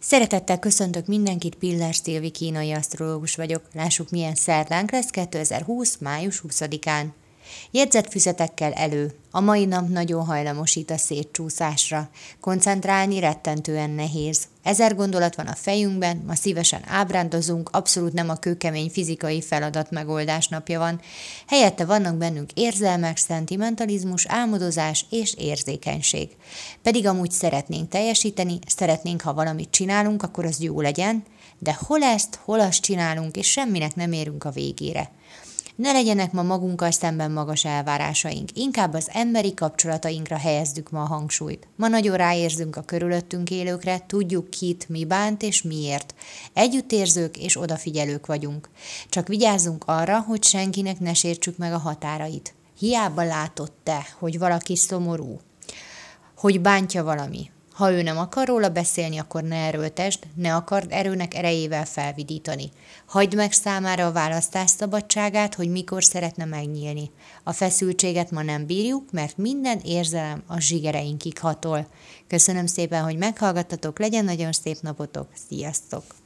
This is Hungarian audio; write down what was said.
Szeretettel köszöntök mindenkit, Pillás Szilvi kínai asztrológus vagyok. Lássuk, milyen szerdánk lesz 2020. május 20-án. Jegyzetfüzetekkel elő. A mai nap nagyon hajlamosít a szétcsúszásra. Koncentrálni rettentően nehéz. 1000 gondolat van a fejünkben, ma szívesen ábrándozunk, abszolút nem a kőkemény fizikai feladat megoldás napja van. Helyette vannak bennünk érzelmek, szentimentalizmus, álmodozás és érzékenység. Pedig amúgy szeretnénk teljesíteni, szeretnénk, ha valamit csinálunk, akkor az jó legyen, de hol ezt, hol azt csinálunk, és semminek nem érünk a végére. Ne legyenek ma magunkkal szemben magas elvárásaink, inkább az emberi kapcsolatainkra helyezzük ma a hangsúlyt. Ma nagyon ráérzünk a körülöttünk élőkre, tudjuk kit, mi bánt és miért. Együttérzők és odafigyelők vagyunk. Csak vigyázzunk arra, hogy senkinek ne sértsük meg a határait. Hiába látod te, hogy valaki szomorú, hogy bántja valami. Ha ő nem akar róla beszélni, akkor ne erőltesd, ne akard erőnek erejével felvidítani. Hagyd meg számára a választás szabadságát, hogy mikor szeretne megnyílni. A feszültséget ma nem bírjuk, mert minden érzelem a zsigereinkig hatol. Köszönöm szépen, hogy meghallgattatok, legyen nagyon szép napotok, sziasztok!